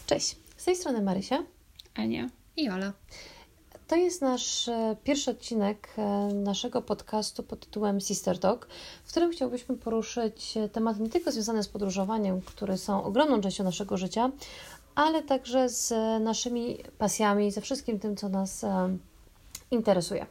Cześć, z tej strony Marysia, Ania i Ola. To jest nasz pierwszy odcinek naszego podcastu pod tytułem Sister Talk, w którym chciałbyśmy poruszyć tematy nie tylko związane z podróżowaniem, które są ogromną częścią naszego życia, ale także z naszymi pasjami, ze wszystkim tym, co nas interesuje.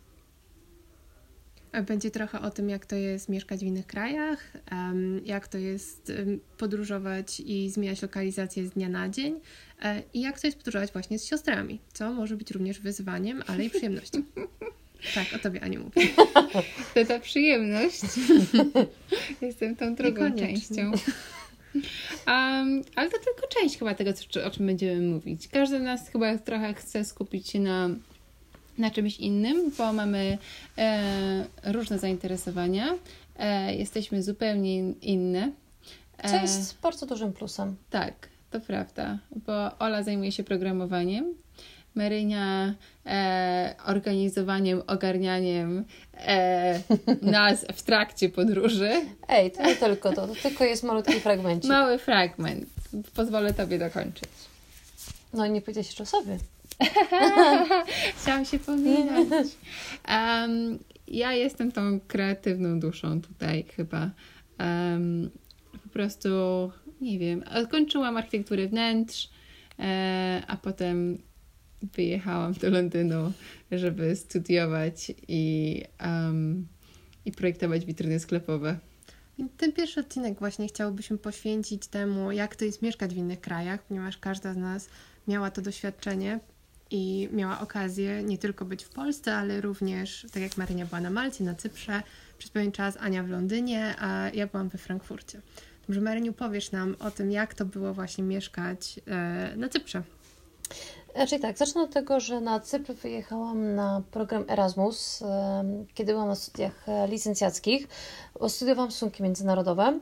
Będzie trochę o tym, jak to jest mieszkać w innych krajach, jak to jest podróżować i zmieniać lokalizację z dnia na dzień i jak to jest podróżować właśnie z siostrami, co może być również wyzwaniem, ale i przyjemnością. Tak, o Tobie, Aniu, mówię. To ta przyjemność. Jestem tą drugą częścią. Ale to tylko część chyba tego, o czym będziemy mówić. Każdy z nas chyba trochę chce skupić się na czymś innym, bo mamy różne zainteresowania. Jesteśmy zupełnie inne. Co jest bardzo dużym plusem. Tak, to prawda, bo Ola zajmuje się programowaniem, Marynia organizowaniem, ogarnianiem nas w trakcie podróży. Ej, to nie tylko to tylko jest malutki fragmencik. Mały fragment. Pozwolę Tobie dokończyć. No i nie powiedziałeś jeszcze o sobie. Chciałam się powiedzieć. Ja jestem tą kreatywną duszą tutaj chyba. Po prostu, nie wiem, kończyłam architekturę wnętrz, a potem wyjechałam do Londynu, żeby studiować i projektować witryny sklepowe. Ten pierwszy odcinek właśnie chciałobyśmy poświęcić temu, jak to jest mieszkać w innych krajach, ponieważ każda z nas miała to doświadczenie i miała okazję nie tylko być w Polsce, ale również, tak jak Marynia była na Malcie, na Cyprze, przez pewien czas Ania w Londynie, a ja byłam we Frankfurcie. Dobrze, Maryniu, powiesz nam o tym, jak to było właśnie mieszkać na Cyprze. Czyli tak, zacznę od tego, że na Cypr wyjechałam na program Erasmus, kiedy byłam na studiach licencjackich. Studiowałam stosunki międzynarodowe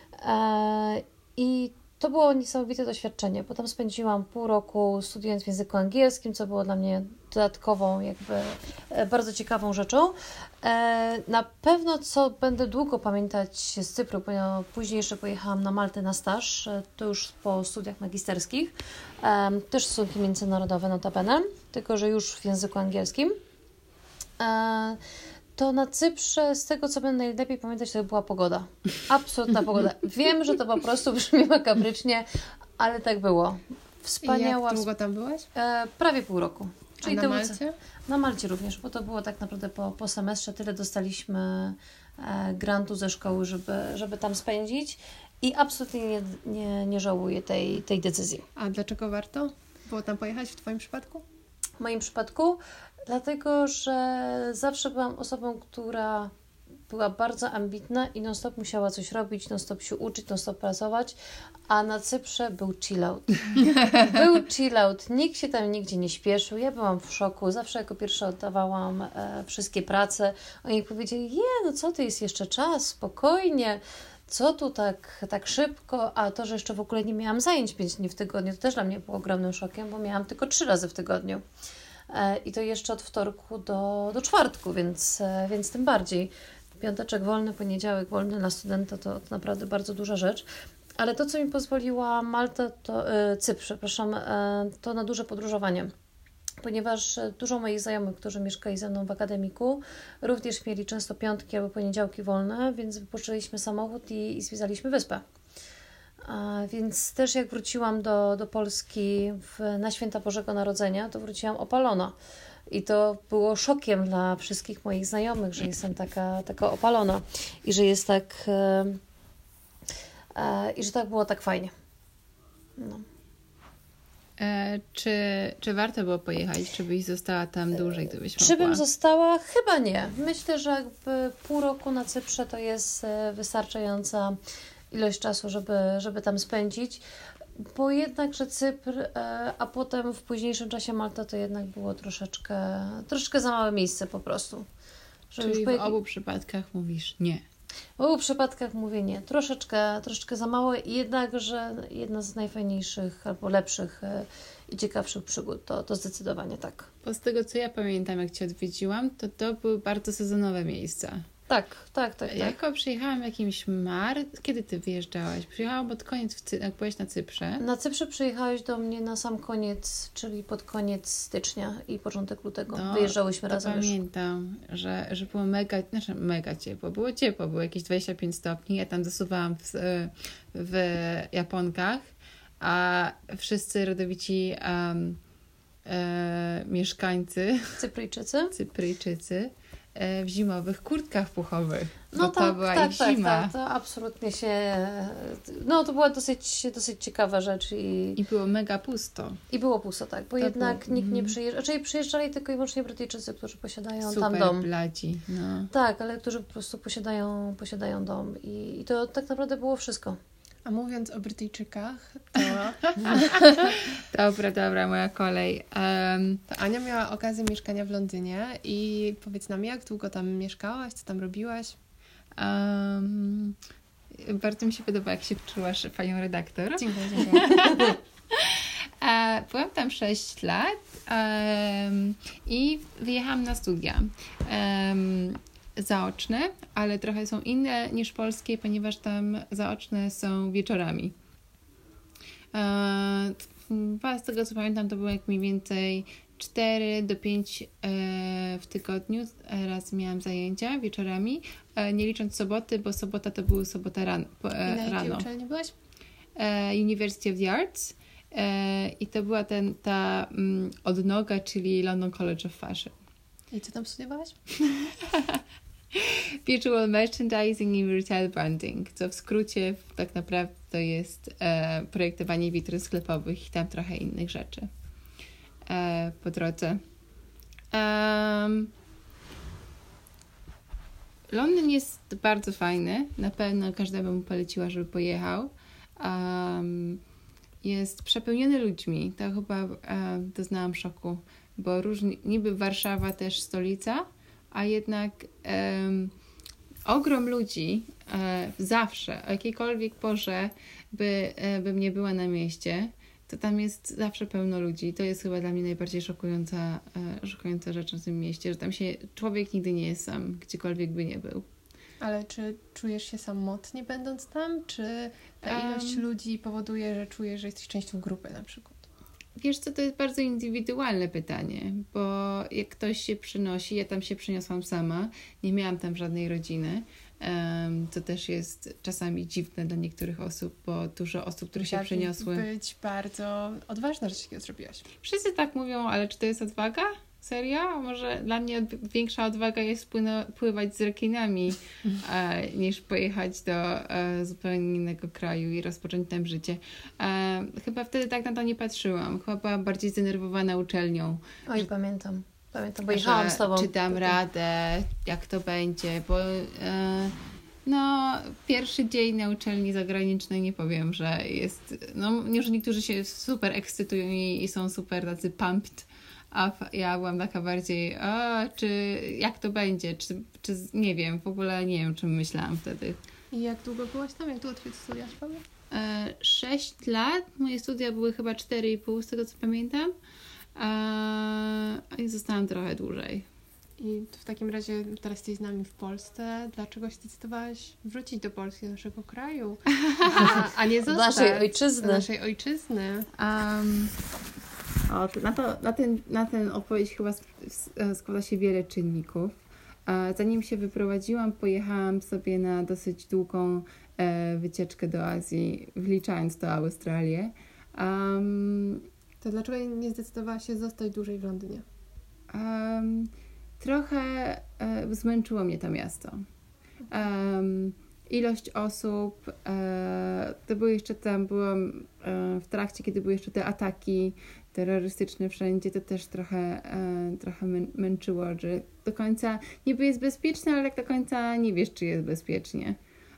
i to było niesamowite doświadczenie, bo tam spędziłam pół roku studiując w języku angielskim, co było dla mnie dodatkową, jakby bardzo ciekawą rzeczą. Na pewno, co będę długo pamiętać z Cypru, bo później jeszcze pojechałam na Maltę na staż, to już po studiach magisterskich, też stosunki międzynarodowe notabene, tylko że już w języku angielskim. To na Cyprze, z tego co będę najlepiej pamiętać, to była pogoda. Absolutna pogoda. Wiem, że to po prostu brzmi makabrycznie, ale tak było. Wspaniała. I jak długo tam byłaś? Prawie pół roku. Czyli na Malcie? Na Malcie również, bo to było tak naprawdę po semestrze. Tyle dostaliśmy grantu ze szkoły, żeby tam spędzić i absolutnie nie żałuję tej decyzji. A dlaczego warto było tam pojechać w Twoim przypadku? W moim przypadku dlatego, że zawsze byłam osobą, która była bardzo ambitna i non-stop musiała coś robić, non-stop się uczyć, non-stop pracować, a na Cyprze był chill out. Był chill out, nikt się tam nigdzie nie śpieszył, ja byłam w szoku, zawsze jako pierwsza oddawałam wszystkie prace. Oni powiedzieli, no co ty, jest jeszcze czas, spokojnie, co tu tak szybko, a to, że jeszcze w ogóle nie miałam zajęć 5 dni w tygodniu, to też dla mnie było ogromnym szokiem, bo miałam tylko 3 razy w tygodniu. I to jeszcze od wtorku do czwartku, więc tym bardziej. Piąteczek wolny, poniedziałek wolny dla studenta to naprawdę bardzo duża rzecz. Ale to, co mi pozwoliła Malta, Cypr, przepraszam, to na duże podróżowanie. Ponieważ dużo moich znajomych, którzy mieszkali ze mną w akademiku, również mieli często piątki albo poniedziałki wolne, więc wypożyczyliśmy samochód i zwiedzaliśmy wyspę. Więc też jak wróciłam do Polski na święta Bożego Narodzenia, to wróciłam opalona. I to było szokiem dla wszystkich moich znajomych, że jestem taka opalona i że jest tak i że tak było tak fajnie. No. Czy warto było pojechać? Czy byś została tam dłużej, gdybyś mogła? Czy bym została? Chyba nie. Myślę, że jakby pół roku na Cyprze to jest wystarczająca ilość czasu, żeby tam spędzić. Bo jednak, że Cypr, a potem w późniejszym czasie Malta to jednak było troszeczkę za małe miejsce po prostu. Czyli w obu przypadkach mówisz nie. W obu przypadkach mówię nie. Troszeczkę za małe i jednak, że jedna z najfajniejszych albo lepszych i ciekawszych przygód, to zdecydowanie tak. Bo z tego, co ja pamiętam, jak Cię odwiedziłam, to były bardzo sezonowe miejsca. Tak. Jako przyjechałam w jakimś Kiedy ty wyjeżdżałaś? Przyjechałam pod koniec, jak byłeś na Cyprze. Na Cyprze przyjechałeś do mnie na sam koniec, czyli pod koniec stycznia i początek lutego. Wyjeżdżałyśmy razem już. Pamiętam, że było mega ciepło. Było ciepło, było jakieś 25 stopni. Ja tam zasuwałam w japonkach, a wszyscy rodowici mieszkańcy Cypryjczycy w zimowych kurtkach puchowych. No to była ich zima. Tak, to absolutnie się... No to była dosyć ciekawa rzecz. I było mega pusto. I było pusto, tak, bo jednak nikt nie przyjeżdżał. Raczej przyjeżdżali tylko i wyłącznie Brytyjczycy, którzy posiadają tam dom. Super bladzi, no. Tak, ale którzy po prostu posiadają dom. I to tak naprawdę było wszystko. A mówiąc o Brytyjczykach, to... Dobra, moja kolej. To Ania miała okazję mieszkania w Londynie i powiedz nam, jak długo tam mieszkałaś, co tam robiłaś? Bardzo mi się podoba, jak się wczułaś panią redaktor. Dziękuję. Byłam tam 6 lat i wyjechałam na studia zaoczne, ale trochę są inne niż polskie, ponieważ tam zaoczne są wieczorami. Z tego co pamiętam, to było jak mniej więcej 4 do 5 w tygodniu. Raz miałam zajęcia wieczorami, nie licząc soboty, bo sobota to były sobota rano. I na jakiej uczelni byłaś? University of the Arts i to była ta odnoga, czyli London College of Fashion. I co tam studiowałaś? Visual Merchandising i Retail Branding, co w skrócie tak naprawdę to jest projektowanie witryn sklepowych i tam trochę innych rzeczy po drodze. Londyn jest bardzo fajny. Na pewno każdemu bym poleciła, żeby pojechał. Jest przepełniony ludźmi. To chyba doznałam szoku, bo niby Warszawa też stolica, a jednak ogrom ludzi zawsze, o jakiejkolwiek porze bym nie była na mieście, to tam jest zawsze pełno ludzi. To jest chyba dla mnie najbardziej szokująca rzecz na tym mieście, że tam się człowiek nigdy nie jest sam, gdziekolwiek by nie był. Ale czy czujesz się samotnie będąc tam, czy ta ilość ludzi powoduje, że czujesz, że jesteś częścią grupy na przykład? Wiesz co, to jest bardzo indywidualne pytanie, bo jak ktoś się przynosi, ja tam się przyniosłam sama, nie miałam tam żadnej rodziny, co też jest czasami dziwne dla niektórych osób, bo dużo osób, które się przyniosły... być bardzo odważna, że się zrobiłaś. Wszyscy tak mówią, ale czy to jest odwaga? Serio? Może dla mnie większa odwaga jest pływać z rekinami, niż pojechać do zupełnie innego kraju i rozpocząć tam życie. Chyba wtedy tak na to nie patrzyłam. Chyba byłam bardziej zdenerwowana uczelnią. Oj, pamiętam, bo jechałam z tobą. Czy dam radę, jak to będzie, bo pierwszy dzień na uczelni zagranicznej nie powiem, że jest, już niektórzy się super ekscytują i są super tacy pumped, a ja byłam taka bardziej, jak to będzie, czy nie wiem, w ogóle nie wiem, czym myślałam wtedy. I jak długo byłaś tam? Jak długo twoje studia trwały? 6 lat, moje studia były chyba 4,5 z tego co pamiętam, i zostałam trochę dłużej. I w takim razie teraz jesteś z nami w Polsce. Dlaczego się zdecydowałaś wrócić do Polski, do naszego kraju, a nie zostać? Naszej ojczyzny. Na tę odpowiedź chyba składa się wiele czynników. Zanim się wyprowadziłam, pojechałam sobie na dosyć długą wycieczkę do Azji, wliczając to Australię. To dlaczego nie zdecydowałaś się zostać dłużej w Londynie? Trochę zmęczyło mnie to miasto. Ilość osób, byłam w trakcie, kiedy były jeszcze te ataki terrorystyczne wszędzie, to też trochę męczyło, że do końca niby jest bezpieczne, ale tak do końca nie wiesz, czy jest bezpiecznie.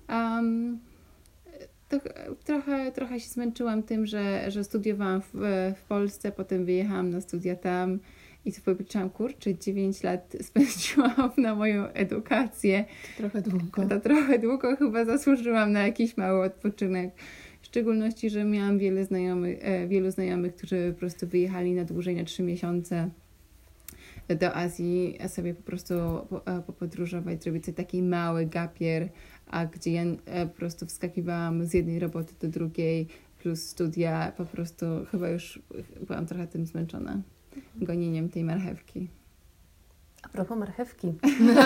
Trochę się zmęczyłam tym, że studiowałam w Polsce, potem wyjechałam na studia tam i sobie powiedziałam, 9 lat spędziłam na moją edukację. To trochę długo, chyba zasłużyłam na jakiś mały odpoczynek. W szczególności, że miałam wielu znajomych, którzy po prostu wyjechali na dłużej, na 3 miesiące do Azji sobie po prostu popodróżować, zrobić sobie taki mały gapier, a gdzie ja po prostu wskakiwałam z jednej roboty do drugiej, plus studia, po prostu chyba już byłam trochę tym zmęczona, gonieniem tej marchewki. A propos marchewki.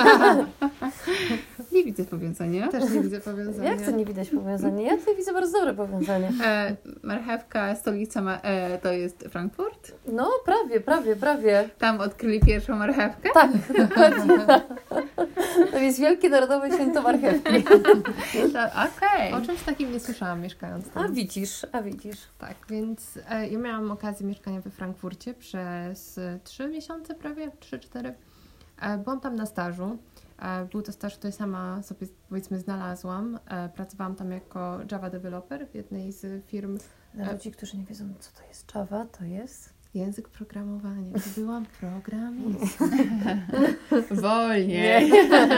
Nie widzę powiązania. Też nie widzę powiązania. Jak to nie widać powiązania? Ja tutaj widzę bardzo dobre powiązanie. Marchewka, stolica to jest Frankfurt? No, prawie. Tam odkryli pierwszą marchewkę? Tak, dokładnie. To jest wielkie narodowe święto marchewki. Okej. O czymś takim nie słyszałam mieszkając tam. A widzisz. Tak, więc ja miałam okazję mieszkania we Frankfurcie przez 3 miesiące prawie, 3-4. Byłam tam na stażu. Był to staż, który sama sobie powiedzmy znalazłam. Pracowałam tam jako Java developer w jednej z firm. Dla ludzi, którzy nie wiedzą, co to jest Java, to jest Język programowania. Byłam programistą. Wolniej.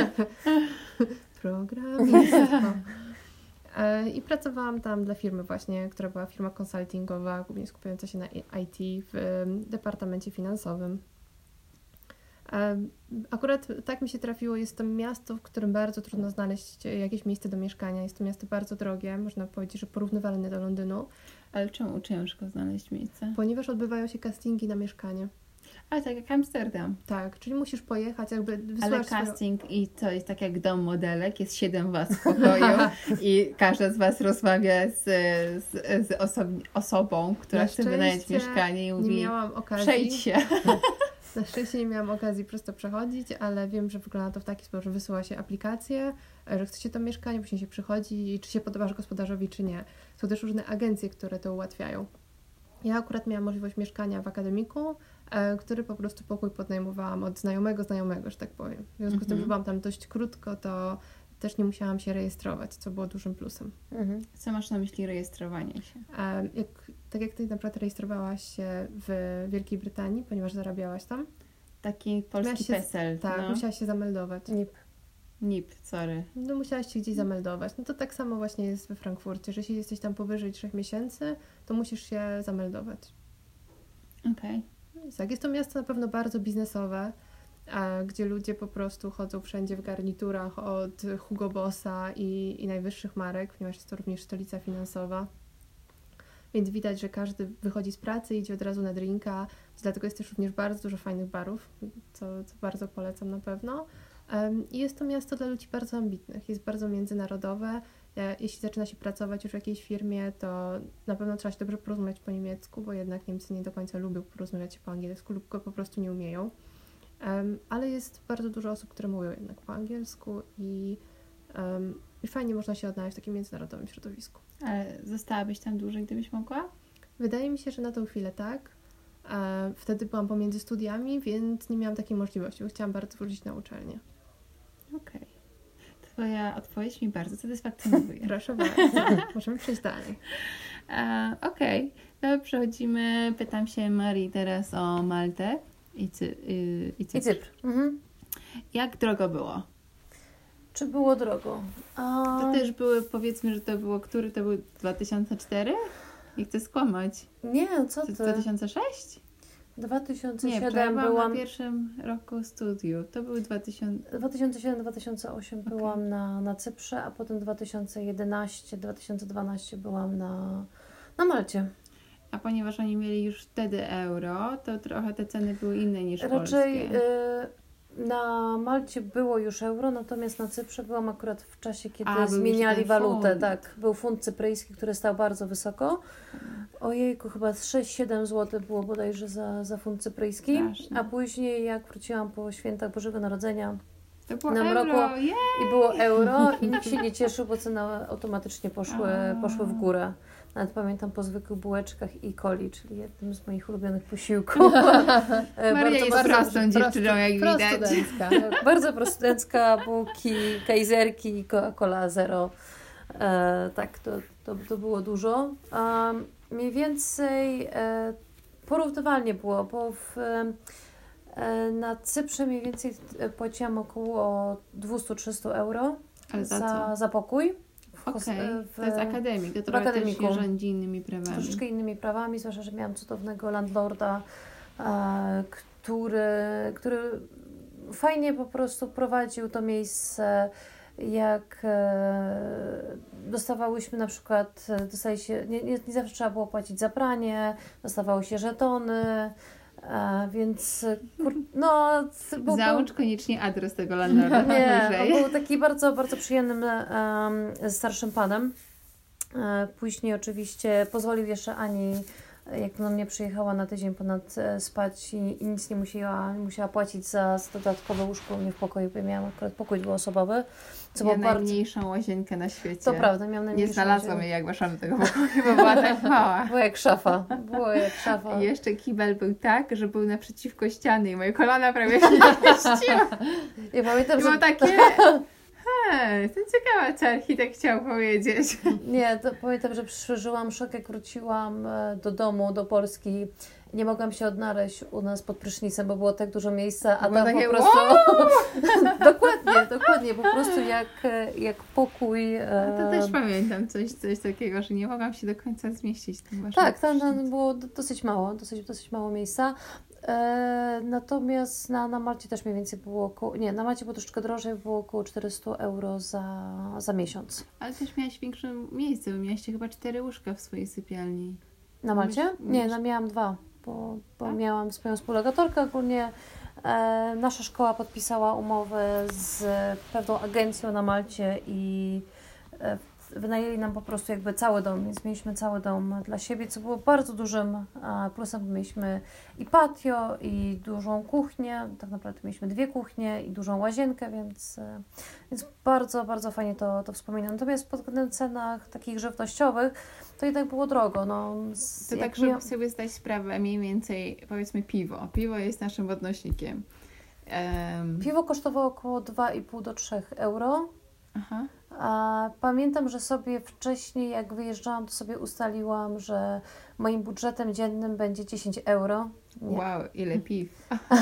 Programistą. I pracowałam tam dla firmy właśnie, która była firma konsultingowa, głównie skupiająca się na IT w departamencie finansowym. Akurat tak mi się trafiło, jest to miasto, w którym bardzo trudno znaleźć jakieś miejsce do mieszkania. Jest to miasto bardzo drogie, można powiedzieć, że porównywalne do Londynu. Ale czemu ciężko znaleźć miejsce? Ponieważ odbywają się castingi na mieszkanie. Ale tak jak Amsterdam. Tak, czyli musisz pojechać, jakby Ale casting i to jest tak jak dom modelek, jest 7 was w pokoju i każda z was rozmawia z osobą, która chce wynająć mieszkanie i mówi, nie miałam okazji. Przejdź się. Na szczęście nie miałam okazji prosto przechodzić, ale wiem, że wygląda to w taki sposób, że wysyła się aplikację, że chce się to mieszkanie, później się przychodzi i czy się podobasz gospodarzowi, czy nie. Są też różne agencje, które to ułatwiają. Ja akurat miałam możliwość mieszkania w akademiku, który po prostu pokój podnajmowałam od znajomego, że tak powiem. W związku z tym, że byłam tam dość krótko, to też nie musiałam się rejestrować, co było dużym plusem. Co masz na myśli rejestrowanie się? Tak jak ty na przykład rejestrowałaś się w Wielkiej Brytanii, ponieważ zarabiałaś tam. Taki polski PESEL. Tak, no. musiałaś się zameldować. NIP, sorry. No musiałaś się gdzieś zameldować. No to tak samo właśnie jest we Frankfurcie, że jeśli jesteś tam powyżej 3 miesięcy, to musisz się zameldować. Okej. Tak, jest to miasto na pewno bardzo biznesowe, gdzie ludzie po prostu chodzą wszędzie w garniturach od Hugo Bossa i najwyższych marek, ponieważ jest to również stolica finansowa. Więc widać, że każdy wychodzi z pracy, idzie od razu na drinka, dlatego jest też również bardzo dużo fajnych barów, co bardzo polecam na pewno. I jest to miasto dla ludzi bardzo ambitnych, jest bardzo międzynarodowe. Jeśli zaczyna się pracować już w jakiejś firmie, to na pewno trzeba się dobrze porozmawiać po niemiecku, bo jednak Niemcy nie do końca lubią porozmawiać się po angielsku lub go po prostu nie umieją. Ale jest bardzo dużo osób, które mówią jednak po angielsku i fajnie można się odnaleźć w takim międzynarodowym środowisku. Ale zostałabyś tam dłużej, gdybyś mogła? Wydaje mi się, że na tą chwilę tak. Wtedy byłam pomiędzy studiami, więc nie miałam takiej możliwości, bo chciałam bardzo wrócić na uczelnię. Okej. Twoja odpowiedź mi bardzo satysfakcjonuje. Proszę bardzo. Możemy przejść dalej. Okej. No przechodzimy. Pytam się Marii teraz o Maltę i Cypr. Jak drogo było? Czy było drogo? To też były, powiedzmy, że to było, który to był 2004? Nie chcę skłamać. Nie, co ty? 2006? 2007 byłam byłam na pierwszym roku studiów. To był 2007-2008 byłam na Cyprze, a potem 2011-2012 byłam na Malcie. A ponieważ oni mieli już wtedy euro, to trochę te ceny były inne niż Raczej polskie. Na Malcie było już euro, natomiast na Cyprze byłam akurat w czasie, kiedy był zmieniali już ten walutę. funt. Tak, był funt cypryjski, który stał bardzo wysoko. Ojejku, chyba 6-7 zł było bodajże za funt cypryjski. Straszne. A później jak wróciłam po świętach Bożego Narodzenia To było na euro, mroku i było euro i nikt się nie cieszył, bo ceny automatycznie poszły w górę. Nawet pamiętam po zwykłych bułeczkach i coli, czyli jednym z moich ulubionych posiłków. Maria jest prostą dziewczyną, jak widać. Prostudencka. Bardzo prostudencka, bułki, kajzerki i Coca-Cola Zero. Tak, to było dużo. Mniej więcej porównywalnie było, bo na Cyprze mniej więcej płaciłam około 200-300 euro za pokój. To jest akademik, to trochę też się rządzi innymi prawami. Troszeczkę innymi prawami, zwłaszcza, że miałam cudownego landlorda, który fajnie po prostu prowadził to miejsce, jak dostawałyśmy na przykład, nie zawsze trzeba było płacić za pranie, dostawało się żetony, więc Załóż koniecznie adres tego landlorda. Nie, on był taki bardzo, bardzo przyjemnym starszym panem. Później oczywiście pozwolił jeszcze Ani, jak do mnie przyjechała na tydzień ponad spać i nic nie musiała płacić za dodatkowe łóżko u mnie w pokoju, bo miałam akurat pokój dwuosobowy. Co było najmniejszą łazienkę na świecie. To prawda, miałam najmniejszą. Nie znalazłam jej, jak weszłam do tego pokoju, bo była tak mała. Było jak szafa. I jeszcze kibel był tak, że był naprzeciwko ściany i moje kolana prawie się nie mieściły. I pamiętam, było takie... to ciekawe, co architekt chciał powiedzieć. Nie, to pamiętam, że przeżyłam szok, jak wróciłam do domu, do Polski. Nie mogłam się odnaleźć u nas pod prysznicem, bo było tak dużo miejsca, a tam po prostu... Dokładnie, po prostu jak pokój. To też pamiętam coś takiego, że nie mogłam się do końca zmieścić. Tak, tam było dosyć mało miejsca. Natomiast na Malcie też mniej więcej było około... Nie, na Malcie było troszeczkę drożej, było około 400 euro za miesiąc. Ale też miałaś większe miejsce, bo miałaś chyba 4 łóżka w swojej sypialni. Na Malcie? Nie, miałam 2, bo miałam swoją współlokatorkę. Ogólnie nasza szkoła podpisała umowę z pewną agencją na Malcie i wynajęli nam po prostu jakby cały dom, więc mieliśmy cały dom dla siebie, co było bardzo dużym plusem, bo mieliśmy i patio, i dużą kuchnię, tak naprawdę mieliśmy 2 kuchnie i dużą łazienkę, więc bardzo, bardzo fajnie to wspominam. Natomiast pod względem cenach takich żywnościowych to jednak było drogo. To tak, żeby sobie zdać sprawę, mniej więcej powiedzmy piwo. Piwo jest naszym odnośnikiem. Piwo kosztowało około 2,5 do 3 euro. Aha. Pamiętam, że sobie wcześniej, jak wyjeżdżałam, to sobie ustaliłam, że moim budżetem dziennym będzie 10 euro. Nie. Wow, ile piw.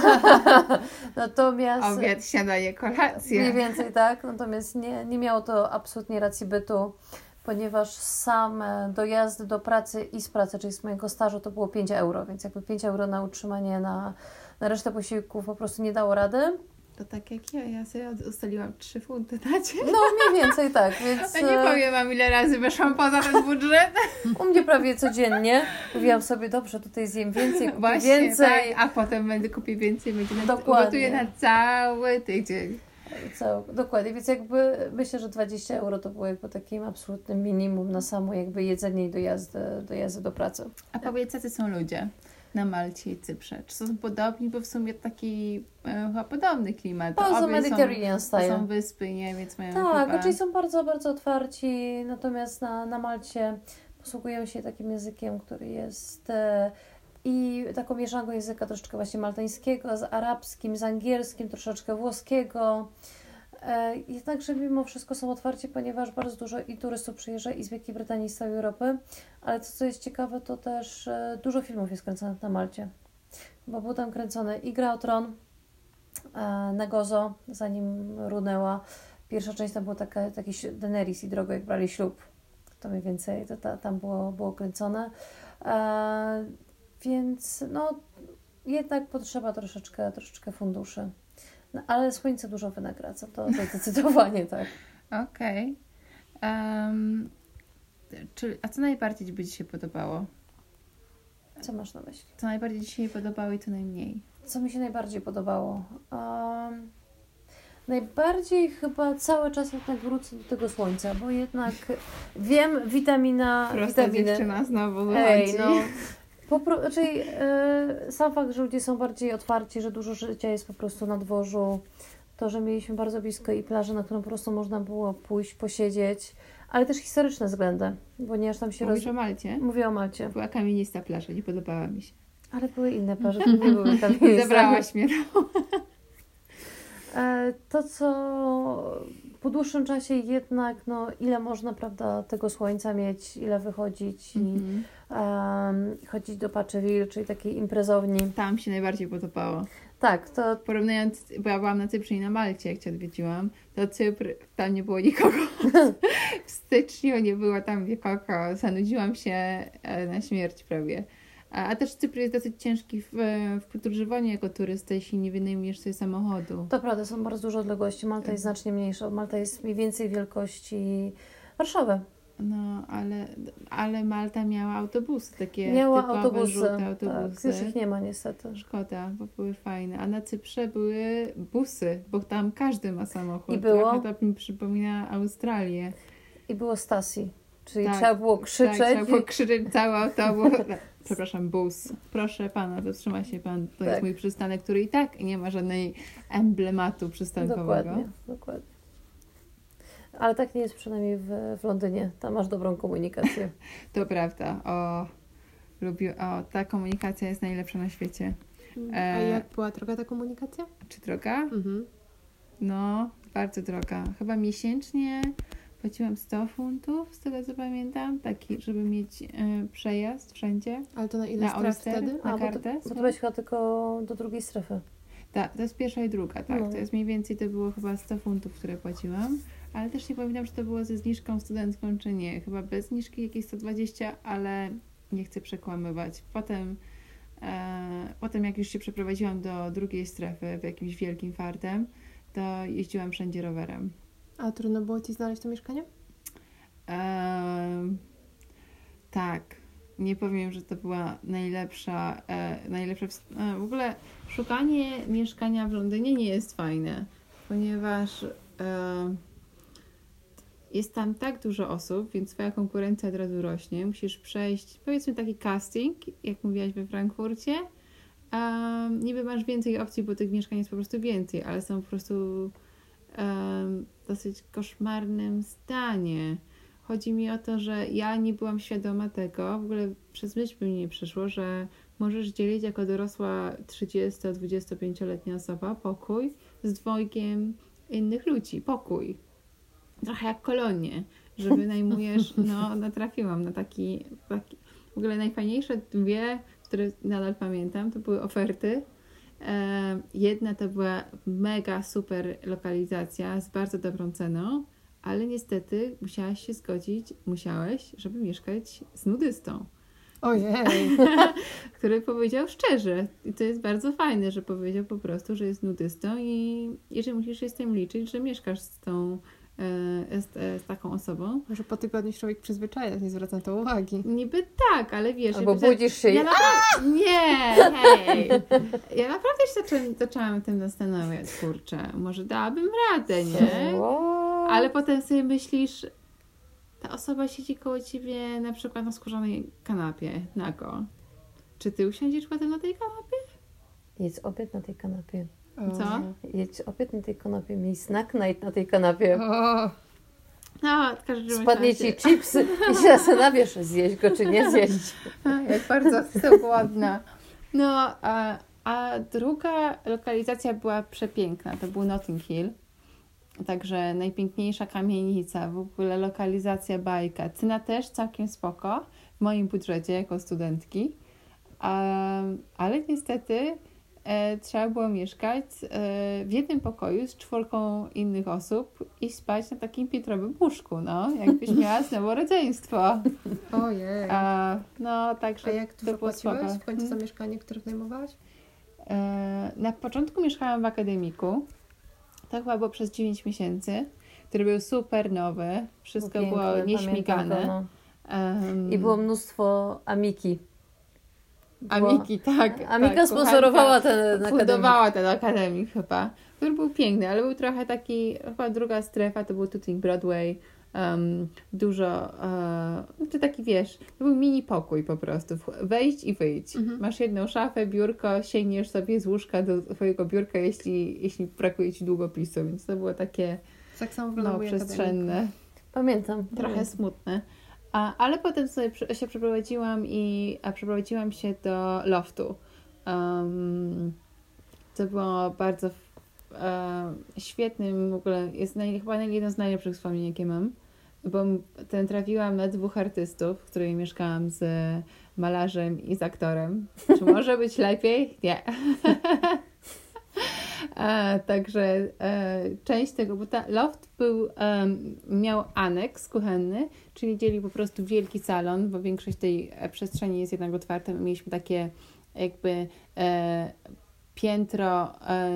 Natomiast... Obiad, śniadanie, kolację. Mniej więcej tak, natomiast nie miało to absolutnie racji bytu, ponieważ same dojazdy do pracy i z pracy, czyli z mojego stażu, to było 5 euro, więc jakby 5 euro na utrzymanie, na resztę posiłków po prostu nie dało rady. To tak jak ja sobie ustaliłam 3 funty na dzień. No mniej więcej tak, więc... Ja nie powiem wam, ile razy weszłam poza ten budżet. U mnie prawie codziennie. Mówiłam sobie, dobrze, tutaj zjem więcej, kupię właśnie, więcej. Tak, a potem będę kupić więcej, Dokładnie. Gotuję na cały tydzień. Dokładnie, więc jakby myślę, że 20 euro to było jakby takim absolutnym minimum na samo jakby jedzenie i dojazdy do pracy. A powiedz, jacy są ludzie na Malcie i Cyprze? Czy są podobni, bo w sumie taki chyba podobny klimat. Bardzo Mediterranean style. Są wyspy, nie? Więc mają tak, czyli są bardzo, bardzo otwarci, natomiast na Malcie posługują się takim językiem, który jest i taką mieszanką języka troszeczkę właśnie maltańskiego, z arabskim, z angielskim, troszeczkę włoskiego. Jednakże mimo wszystko są otwarci, ponieważ bardzo dużo i turystów przyjeżdża i z Wielkiej Brytanii, i z całej Europy, ale to, co jest ciekawe, to też dużo filmów jest kręconych na Malcie, bo był tam kręcony i Gra o Tron, na Gozo, zanim runęła. Pierwsza część tam był taki Daenerys i Drogo, jak brali ślub. To mniej więcej tam było kręcone. Więc jednak potrzeba troszeczkę funduszy. No, ale słońce dużo wynagradza, to zdecydowanie tak. Okej. A co najbardziej by Ci się podobało? Co masz na myśli? Co najbardziej Ci się podobało i co najmniej? Co mi się najbardziej podobało? Najbardziej chyba cały czas jednak wrócę do tego słońca, bo jednak wiem, witaminy. Dziewczyna znowu wychodzi. Czyli sam fakt, że ludzie są bardziej otwarci, że dużo życia jest po prostu na dworzu, to, że mieliśmy bardzo blisko i plażę, na którą po prostu można było pójść, posiedzieć, ale też historyczne względy, ponieważ tam się... Mówisz o Malcie? Mówię o Malcie. Była kamienista plaża, nie podobała mi się. Ale były inne plaże, to nie były kamieniste. Zabrałaś mnie. To, co po dłuższym czasie jednak, ile można, prawda, tego słońca mieć, ile wychodzić i chodzić do Paczewil, czyli takiej imprezowni. Tam się najbardziej podobało. Tak, to... Porównując, bo ja byłam na Cyprze i na Malcie, jak Cię odwiedziłam, to Cypr, tam nie było nikogo. W styczniu nie było tam nikogo. Zanudziłam się na śmierć prawie. A też Cypr jest dosyć ciężki w podróżowaniu jako turysta, jeśli nie wynajmujesz sobie samochodu. To prawda, są bardzo duże odległości. Malta jest znacznie mniejsza. Malta jest mniej więcej wielkości Warszawy. No, ale Malta miała autobusy, takie Miała typowe, autobusy. żółte Tak, autobusy. już ich nie ma niestety. Szkoda, bo były fajne. A na Cyprze były busy, bo tam każdy ma samochód. I było? Trochę to mi przypomina Australię. I było Stasi. Czyli Tak, trzeba było krzyczeć. Tak, trzeba było krzyczeć cały autobus. Przepraszam, bus. Proszę pana, zatrzyma się pan. To jest mój przystanek, który i tak nie ma żadnej emblematu przystankowego. Dokładnie. Ale tak nie jest przynajmniej w Londynie. Tam masz dobrą komunikację. To prawda. Ta komunikacja jest najlepsza na świecie. A jak była droga ta komunikacja? Czy droga? Mhm. No, bardzo droga. Chyba miesięcznie płaciłam 100 funtów, z tego co pamiętam, taki, żeby mieć przejazd wszędzie. Ale to na ile stref wtedy? Na kartę. Bo to byłeś chyba tylko do drugiej strefy. Tak, to jest pierwsza i druga, tak. No. To jest mniej więcej, to było chyba 100 funtów, które płaciłam. Ale też nie pamiętam, czy to było ze zniżką studencką, czy nie. Chyba bez zniżki jakieś 120, ale nie chcę przekłamywać. Potem jak już się przeprowadziłam do drugiej strefy w jakimś wielkim fartem, to jeździłam wszędzie rowerem. A trudno było Ci znaleźć to mieszkanie? Tak. Nie powiem, że to była najlepsza. W ogóle szukanie mieszkania w Londynie nie jest fajne, ponieważ jest tam tak dużo osób, więc twoja konkurencja od razu rośnie. Musisz przejść, powiedzmy, taki casting, jak mówiłaś we Frankfurcie. Niby masz więcej opcji, bo tych mieszkań jest po prostu więcej, ale są po prostu w dosyć koszmarnym stanie. Chodzi mi o to, że ja nie byłam świadoma tego, w ogóle przez myśl by mi nie przyszło, że możesz dzielić jako dorosła 30-25-letnia osoba pokój z dwojgiem innych ludzi. Pokój. Trochę jak kolonie, że wynajmujesz, natrafiłam na taki. W ogóle najfajniejsze dwie, które nadal pamiętam, to były oferty. Jedna to była mega super lokalizacja z bardzo dobrą ceną, ale niestety musiałeś, żeby mieszkać z nudystą. Ojej! Który powiedział szczerze. I to jest bardzo fajne, że powiedział po prostu, że jest nudystą i że musisz się z tym liczyć, że mieszkasz z taką osobą. Może po tygodniu się człowiek przyzwyczaja, nie zwraca to uwagi. Niby tak, ale wiesz... Albo budzisz się i... Nie, hej! Ja naprawdę się zaczęłam tym zastanawiać, kurczę. Może dałabym radę, nie? Ale potem sobie myślisz, ta osoba siedzi koło ciebie na przykład na skórzanej kanapie, nago. Czy ty usiądziesz potem na tej kanapie? Jedz obiad na tej kanapie. Co? Jedz obiad na tej kanapie, miej snack night na tej kanapie. No, w każdym razie. Spadnie ci chipsy i się zastanawiasz, zjeść go czy nie zjeść. Jak bardzo jestem głodna. No, a druga lokalizacja była przepiękna. To był Notting Hill. Także najpiękniejsza kamienica, w ogóle lokalizacja bajka. Cena też całkiem spoko w moim budżecie jako studentki. Ale niestety trzeba było mieszkać w jednym pokoju z 4 innych osób i spać na takim piętrowym łóżku, jakbyś miała znowu rodzeństwo. Ojej. Także a jak dużo płaciłaś w końcu za mieszkanie, które wynajmowałaś? Na początku mieszkałam w akademiku. To chyba było przez 9 miesięcy, który był super nowy. Wszystko było nieśmigane. I było mnóstwo Amiki. Amiki, tak. Amika sponsorowała ten akademik. Fundowała ten akademik chyba, który był piękny, ale był trochę taki, chyba druga strefa to był Tooting Broadway, dużo, to taki wiesz, to był mini pokój po prostu, wejść i wyjść. Masz jedną szafę, biurko, sięgniesz sobie z łóżka do twojego biurka, jeśli brakuje ci długopisu, więc to było takie tak samo przestrzenne. Pamiętam. Trochę smutne. Ale potem sobie się przeprowadziłam się do loftu. To było bardzo świetnym, w ogóle jest chyba jedno z najlepszych wspomnień, jakie mam, bo trafiłam na 2 artystów, z którymi mieszkałam, z malarzem i z aktorem. Czy może być lepiej? Nie. Także część tego, bo loft był, miał aneks kuchenny, czyli dzieli po prostu wielki salon, bo większość tej przestrzeni jest jednak otwarta. My mieliśmy takie jakby piętro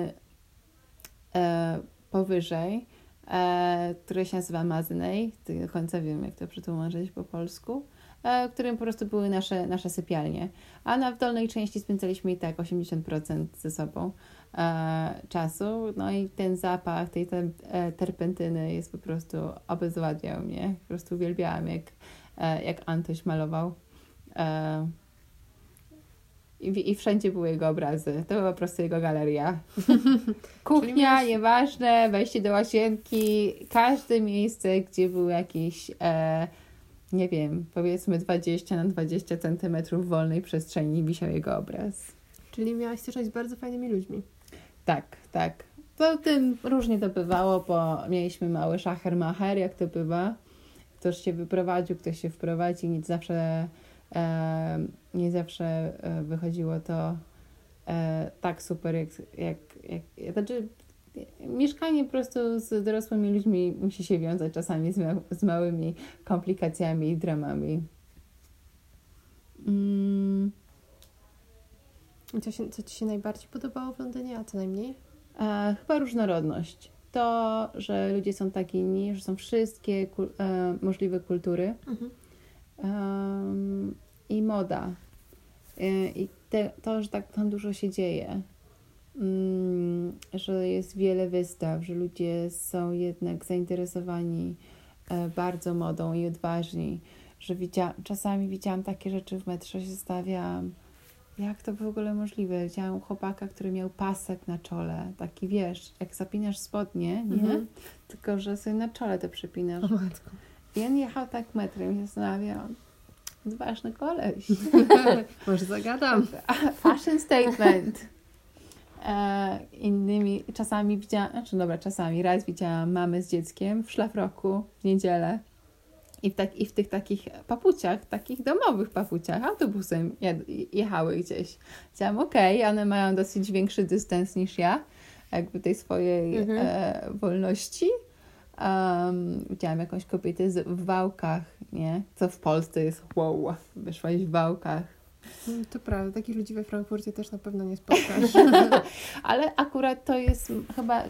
powyżej, które się nazywa Maznej, nie do końca wiem, jak to przetłumaczyć po polsku, w którym po prostu były nasze sypialnie. A w dolnej części spędzaliśmy i tak 80% ze sobą czasu. No i ten zapach tej terpentyny jest po prostu obezwładniał mnie. Po prostu uwielbiałam, jak Antoś malował. I wszędzie były jego obrazy. To była po prostu jego galeria. Kuchnia, nieważne, wejście do łazienki, każde miejsce, gdzie był jakiś, nie wiem, powiedzmy 20 na 20 centymetrów wolnej przestrzeni, wisiał jego obraz. Czyli miałaś styczność z bardzo fajnymi ludźmi. Tak. To tym różnie to bywało, bo mieliśmy mały szacher-macher, jak to bywa. Ktoś się wyprowadził, ktoś się wprowadzi, nie zawsze wychodziło to tak super, znaczy mieszkanie po prostu z dorosłymi ludźmi musi się wiązać czasami z małymi komplikacjami i dramami. Co Ci się najbardziej podobało w Londynie, a co najmniej? Chyba różnorodność. To, że ludzie są tak inni, że są wszystkie możliwe kultury. I moda. I to, że tak tam dużo się dzieje. Że jest wiele wystaw, że ludzie są jednak zainteresowani bardzo modą i odważni. Że czasami widziałam takie rzeczy w metrze, się zastanawiałam, jak to w ogóle możliwe. Widziałam chłopaka, który miał pasek na czole. Taki, wiesz, jak zapinasz spodnie, nie? Tylko, że sobie na czole to przypinasz. O matko. I on jechał tak metrem i się zastanawiałam. Ważny koleś. Może zagadam. Fashion statement. Czasami raz widziałam mamę z dzieckiem w szlafroku w niedzielę i w tych takich papuciach, takich domowych papuciach, autobusem jechały gdzieś. Powiedziałam, okej, one mają dosyć większy dystans niż ja, jakby tej swojej wolności. Widziałam jakąś kobietę w wałkach, nie? Co w Polsce jest wow, wyszłaś w wałkach. To prawda, takich ludzi we Frankfurcie też na pewno nie spotkasz. Ale akurat to jest chyba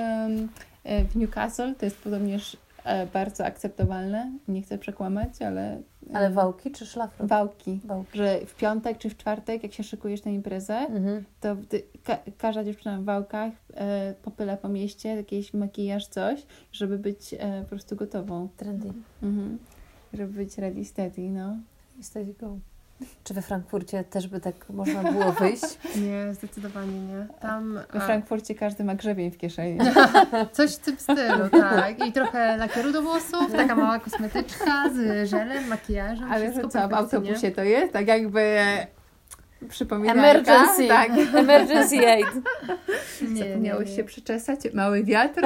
w Newcastle to jest podobnież bardzo akceptowalne. Nie chcę przekłamać, ale... Ale wałki czy szlafrok? Wałki. Że w piątek czy w czwartek, jak się szykujesz na imprezę, to każda dziewczyna w wałkach popyla po mieście, jakiś makijaż, coś, żeby być po prostu gotową. Trendy. Żeby być ready, steady, no. Steady go. Czy we Frankfurcie też by tak można było wyjść? Nie, zdecydowanie nie. We Frankfurcie każdy ma grzebień w kieszeni. Coś w tym stylu, tak. I trochę lakieru do włosów, taka mała kosmetyczka z żelem, makijażem. Ale że co, w autobusie to jest? Tak jakby przypominajka. Emergency. Tak. Emergency aid. Zapomniałeś się przeczesać? Mały wiatr?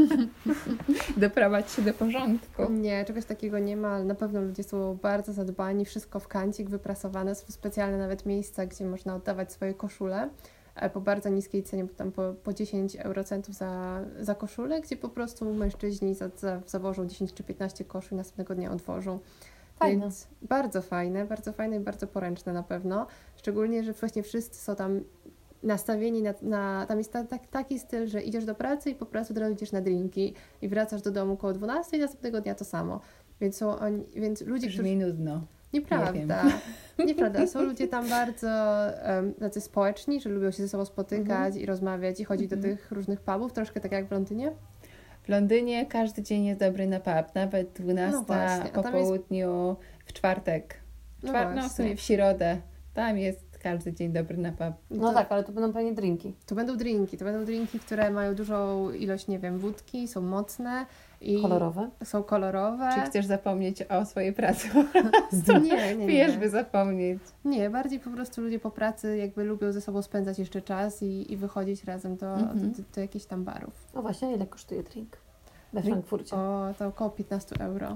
Doprowadź się do porządku. Nie, czegoś takiego nie ma, ale na pewno ludzie są bardzo zadbani, wszystko w kancik wyprasowane, są specjalne nawet miejsca, gdzie można oddawać swoje koszule po bardzo niskiej cenie, bo tam po 10 eurocentów za koszulę, gdzie po prostu mężczyźni zawożą 10 czy 15 koszul i następnego dnia odwożą. Fajne. Więc bardzo fajne i bardzo poręczne na pewno. Szczególnie, że właśnie wszyscy są tam nastawieni tam jest taki styl, że idziesz do pracy i po pracy od razu idziesz na drinki i wracasz do domu koło 12 i następnego dnia to samo. Więc ludzie, Brzmi nudno. Nieprawda. Nieprawda. Są ludzie tam bardzo tacy społeczni, że lubią się ze sobą spotykać i rozmawiać i chodzić do tych różnych pubów, troszkę tak jak w Londynie. W Londynie każdy dzień jest dobry na pub, nawet 12 po południu, w czwartek. W sumie w środę. Tam jest każdy dzień dobry na pub. No tak, ale to będą pewnie drinki. To będą drinki, które mają dużą ilość, nie wiem, wódki, są mocne i kolorowe. Są kolorowe. Czy chcesz zapomnieć o swojej pracy? Nie. Wiesz, by zapomnieć. Nie, bardziej po prostu ludzie po pracy jakby lubią ze sobą spędzać jeszcze czas i wychodzić razem do jakichś tam barów. O właśnie, ile kosztuje drink we Frankfurcie? To około 15 euro.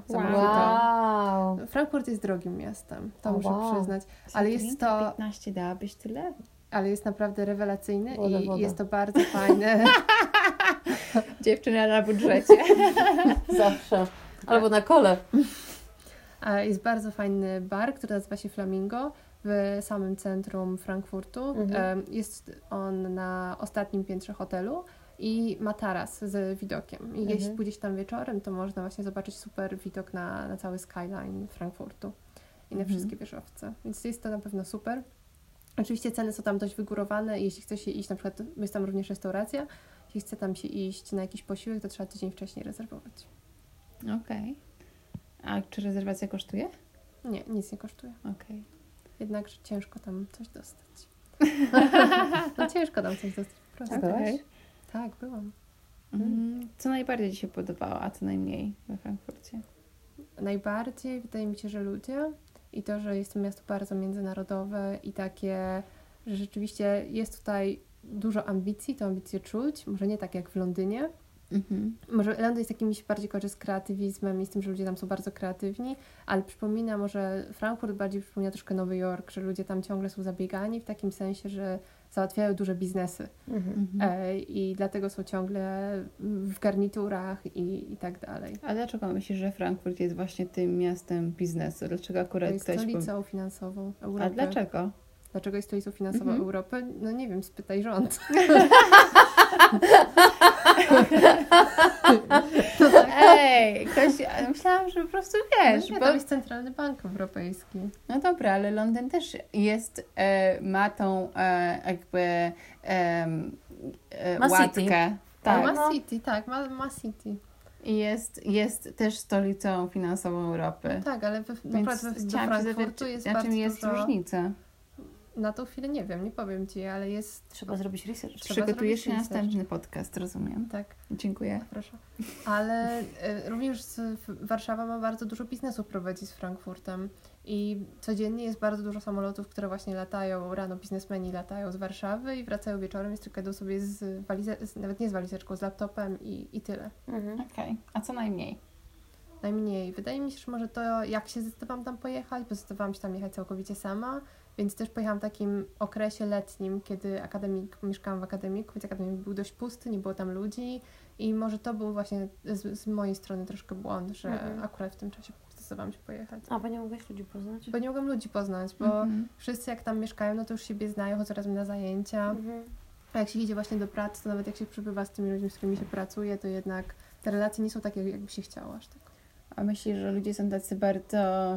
Wow. Frankfurt jest drogim miastem, to muszę przyznać. Ale jest to... 15 dałabyś tyle? ale jest naprawdę rewelacyjny Woda. jest to bardzo fajne. Dziewczyna na budżecie. Zawsze. Albo na kole. Jest bardzo fajny bar, który nazywa się Flamingo w samym centrum Frankfurtu. Jest on na ostatnim piętrze hotelu i ma taras z widokiem. I jeśli pójdziesz tam wieczorem, to można właśnie zobaczyć super widok na cały skyline Frankfurtu i na wszystkie wieżowce. Więc jest to na pewno super. Oczywiście ceny są tam dość wygórowane i jeśli chce się iść, na przykład jest tam również restauracja, jeśli chce tam się iść na jakiś posiłek, to trzeba tydzień wcześniej rezerwować. Okej. A czy rezerwacja kosztuje? Nie, nic nie kosztuje. Okej. Jednakże ciężko tam coś dostać. No ciężko tam coś dostać po prostu. Byłaś? Tak, byłam. Co najbardziej Ci się podobało, a co najmniej we Frankfurcie? Najbardziej wydaje mi się, że ludzie i to, że jest to miasto bardzo międzynarodowe i takie, że rzeczywiście jest tutaj dużo ambicji, to ambicje czuć, może nie tak jak w Londynie. Może Londyn jest jakimś bardziej kojarzy z kreatywizmem i z tym, że ludzie tam są bardzo kreatywni, ale przypomina może Frankfurt bardziej przypomina troszkę Nowy Jork, że ludzie tam ciągle są zabiegani w takim sensie, że załatwiają duże biznesy i dlatego są ciągle w garniturach i tak dalej. A dlaczego myślisz, że Frankfurt jest właśnie tym miastem biznesu? Dlaczego akurat To jest stolicą finansową Europy. A dlaczego? Dlaczego jest stolicą finansową Europy? No nie wiem, spytaj rząd. Ej, myślałam, że po prostu wiesz. No nie, bo... to jest Centralny Bank Europejski. No dobra, ale Londyn też jest, ma tą jakby Ma łatkę. City. Tak. Ma no. City, tak, ma City. I jest też stolicą finansową Europy. Tak, ale naprawdę do Frankfurtu jest na bardzo czym jest dużo... różnica? Na tą chwilę nie wiem, nie powiem Ci, ale jest... Trzeba zrobić research. Przygotujesz się na research. następny podcast, rozumiem. Tak, Dziękuję. proszę. Ale również Warszawa ma bardzo dużo biznesu prowadzi z Frankfurtem i codziennie jest bardzo dużo samolotów, które właśnie latają, rano biznesmeni latają z Warszawy i wracają wieczorem, więc tylko jadą sobie nawet nie z walizeczką, z laptopem i tyle. Okej. A co najmniej? Najmniej. Wydaje mi się, że może to, jak się zdecydowałam tam pojechać, bo zdecydowałam się tam jechać całkowicie sama, więc też pojechałam w takim okresie letnim, kiedy mieszkałam w akademiku, więc akademik był dość pusty, nie było tam ludzi i może to był właśnie z mojej strony troszkę błąd, że akurat w tym czasie zdecydowałam się pojechać. A, bo nie mogłaś ludzi poznać? Bo nie mogłam ludzi poznać, bo wszyscy jak tam mieszkają, no to już siebie znają, chodzą razem na zajęcia, a jak się idzie właśnie do pracy, to nawet jak się przebywa z tymi ludźmi, z którymi się pracuje, to jednak te relacje nie są takie, jakby się chciało aż tak. A myślisz, że ludzie są tacy bardzo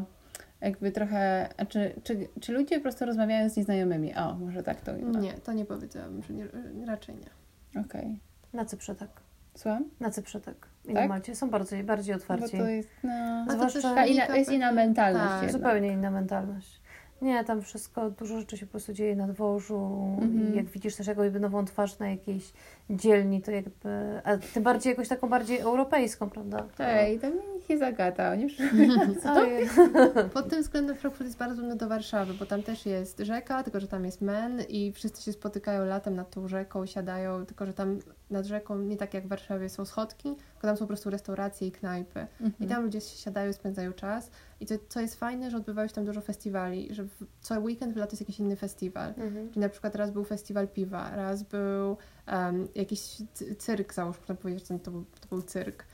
jakby trochę... A czy ludzie po prostu rozmawiają z nieznajomymi? O, może tak to ujmę. Nie, to nie powiedziałabym, że nie, raczej nie. Okej. Na Cyprze tak. Słucham? Na Cyprze tak. I Tak? na Malcie są bardziej Bo otwarci. to jest, no... Zwłaszcza jest inna mentalność Tak, jednak. zupełnie inna mentalność. Nie, tam wszystko, dużo rzeczy się po prostu dzieje na dworzu i jak widzisz też jakąś nową twarz na jakiejś dzielni, to jakby, a tym bardziej jakąś taką bardziej europejską, prawda? Ej, to niech się zagada, oni już... Ojej. Pod tym względem Frankfurt jest bardzo podobny do Warszawy, bo tam też jest rzeka, tylko że tam jest Men i wszyscy się spotykają latem nad tą rzeką, siadają, tylko że tam nad rzeką nie tak jak w Warszawie są schodki, tylko tam są po prostu restauracje i knajpy. I tam ludzie się siadają, spędzają czas. I to, co jest fajne, że odbywają się tam dużo festiwali, że co weekend w lato jest jakiś inny festiwal. Czyli na przykład raz był festiwal piwa, raz był jakiś cyrk, załóżmy, można powiedzieć, że to był cyrk.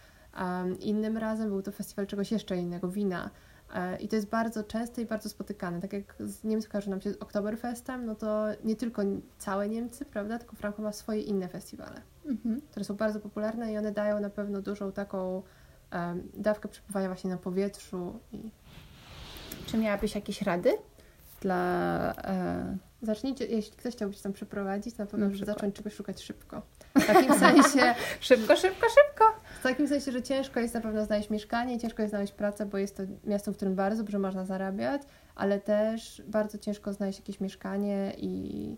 Innym razem był to festiwal czegoś jeszcze innego, wina. I to jest bardzo częste i bardzo spotykane. Tak jak z Niemcy kojarzy nam się z Oktoberfestem, no to nie tylko całe Niemcy, prawda, tylko Frankfurt ma swoje inne festiwale, które są bardzo popularne i one dają na pewno dużą taką dawkę przebywania właśnie na powietrzu. Czy miałabyś jakieś rady dla... Zacznijcie, jeśli ktoś chciałby się tam przeprowadzić, na pewno Na muszę przykład. zacząć czegoś szukać szybko. W takim sensie... Szybko! W takim sensie, że ciężko jest na pewno znaleźć mieszkanie, ciężko jest znaleźć pracę, bo jest to miasto, w którym bardzo dobrze można zarabiać, ale też bardzo ciężko znaleźć jakieś mieszkanie i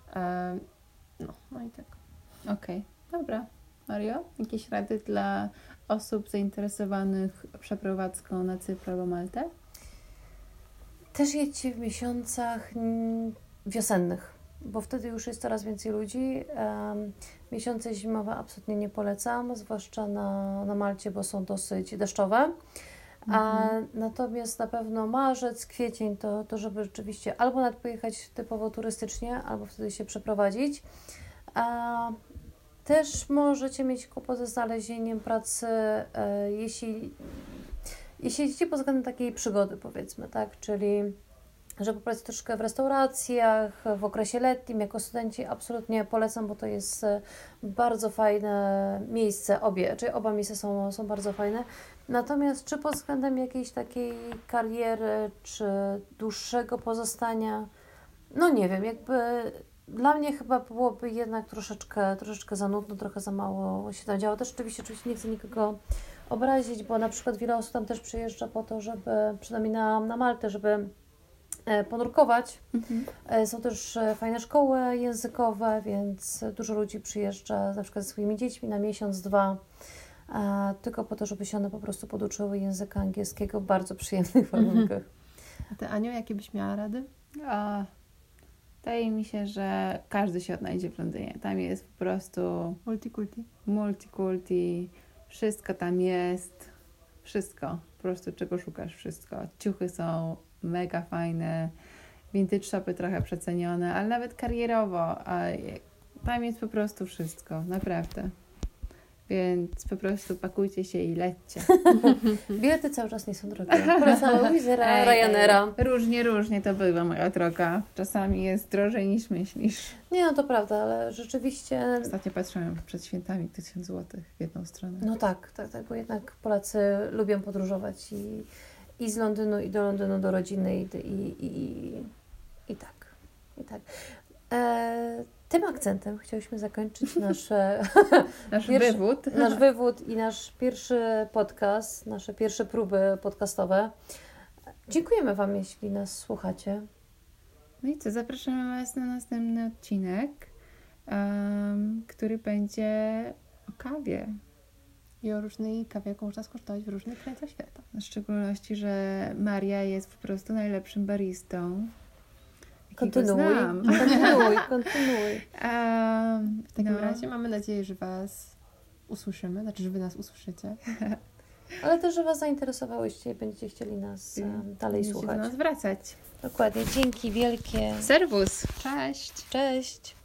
no i tak. Okej, dobra. Mario, jakieś rady dla osób zainteresowanych przeprowadzką na Cypr albo Maltę? Też jedźcie w miesiącach wiosennych, bo wtedy już jest coraz więcej ludzi. Miesiące zimowe absolutnie nie polecam, zwłaszcza na Malcie, bo są dosyć deszczowe. A natomiast na pewno marzec, kwiecień to żeby rzeczywiście albo nawet pojechać typowo turystycznie, albo wtedy się przeprowadzić. A też możecie mieć kłopot ze znalezieniem pracy, jeśli idziecie pod względem takiej przygody, powiedzmy, tak, czyli żeby popracować troszkę w restauracjach, w okresie letnim, jako studenci absolutnie polecam, bo to jest bardzo fajne miejsce, oba miejsca są bardzo fajne. Natomiast czy pod względem jakiejś takiej kariery, czy dłuższego pozostania, no nie wiem, jakby dla mnie chyba byłoby jednak troszeczkę za nudno, trochę za mało się tam działo. Też oczywiście nie chcę nikogo obrazić, bo na przykład wiele osób tam też przyjeżdża po to, żeby, przynajmniej na Maltę, żeby ponurkować. Są też fajne szkoły językowe, więc dużo ludzi przyjeżdża na przykład ze swoimi dziećmi na miesiąc, 2, tylko po to, żeby się one po prostu poduczyły języka angielskiego w bardzo przyjemnych warunkach. A ty, Aniu, jakie byś miała rady? Wydaje mi się, że każdy się odnajdzie w Londynie. Tam jest po prostu multikulti, wszystko tam jest, wszystko, po prostu czego szukasz, wszystko. Ciuchy są mega fajne, vintage shopy trochę przecenione, ale nawet karierowo, tam jest po prostu wszystko, naprawdę. Więc po prostu pakujcie się i lećcie. Bilety cały czas nie są drogie. Polecam Wizera, Ryanaira. Różnie to bywa moja droga. Czasami jest drożej niż myślisz. Nie, no to prawda, ale rzeczywiście... Ostatnio patrzyłam przed świętami 1000 zł w jedną stronę. No tak, bo jednak Polacy lubią podróżować i z Londynu, i do Londynu, do rodziny, i tak. Tym akcentem chcieliśmy zakończyć nasz wywód i nasz pierwszy podcast, nasze pierwsze próby podcastowe. Dziękujemy Wam, jeśli nas słuchacie. No i co, zapraszamy Was na następny odcinek, który będzie o kawie. I o różnej kawie, jaką można skosztować w różnych krańcach świata. W szczególności, że Maria jest po prostu najlepszym baristą. Kontynuuj. W takim razie mamy nadzieję, że Was usłyszymy, znaczy, że Wy nas usłyszycie. Ale też, że Was zainteresowałyście i będziecie chcieli nas dalej słuchać. Będziecie do nas wracać. Dokładnie. Dzięki wielkie. Serwus. Cześć. Cześć.